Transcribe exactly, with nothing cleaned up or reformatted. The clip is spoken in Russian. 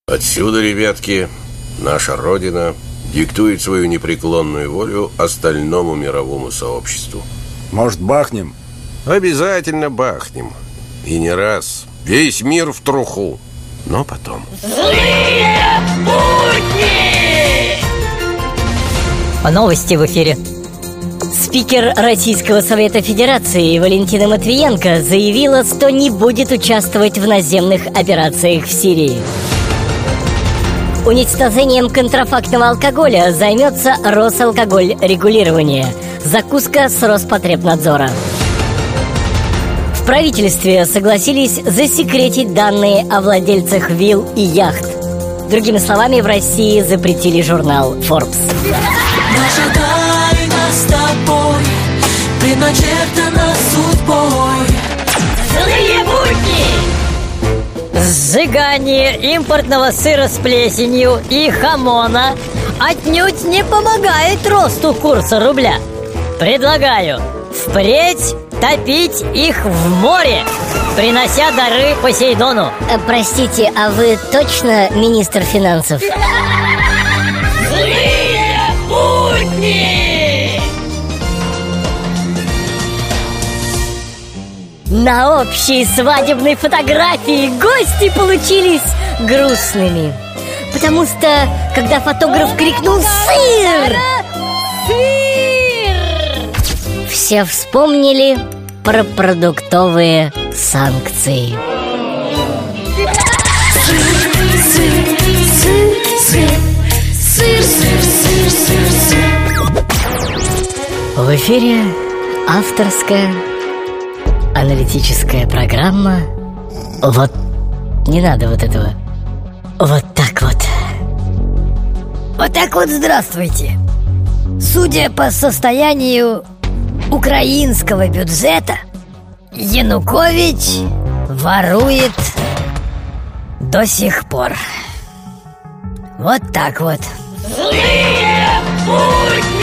Отсюда, ребятки, наша Родина диктует свою непреклонную волю остальному мировому сообществу. Может, бахнем? Обязательно бахнем. И не раз. Весь мир в труху. Но потом. Злые будни! Новости в эфире. Спикер Российского Совета Федерации Валентина Матвиенко заявила, что не будет участвовать в наземных операциях в Сирии. Уничтожением контрафактного алкоголя займется Росалкогольрегулирование. Закуска с Роспотребнадзора. В правительстве согласились засекретить данные о владельцах вилл и яхт. Другими словами, в России запретили журнал Forbes. Наша тайна с тобой предначертана судьбой. Злые будни! Сжигание импортного сыра с плесенью и хамона отнюдь не помогает росту курса рубля. Предлагаю впредь топить их в море, принося дары Посейдону. а, Простите, а вы точно министр финансов? Злые будни! На общей свадебной фотографии гости получились грустными. Потому что, когда фотограф крикнул «Сыр!», все вспомнили про продуктовые санкции. Сыр, сыр, сыр, сыр, сыр, сыр, сыр, сыр. В эфире авторская аналитическая программа. Вот не надо вот этого. Вот так вот. Вот так вот здравствуйте. Судя по состоянию украинского бюджета, Янукович ворует до сих пор. Вот так вот. Злые будни!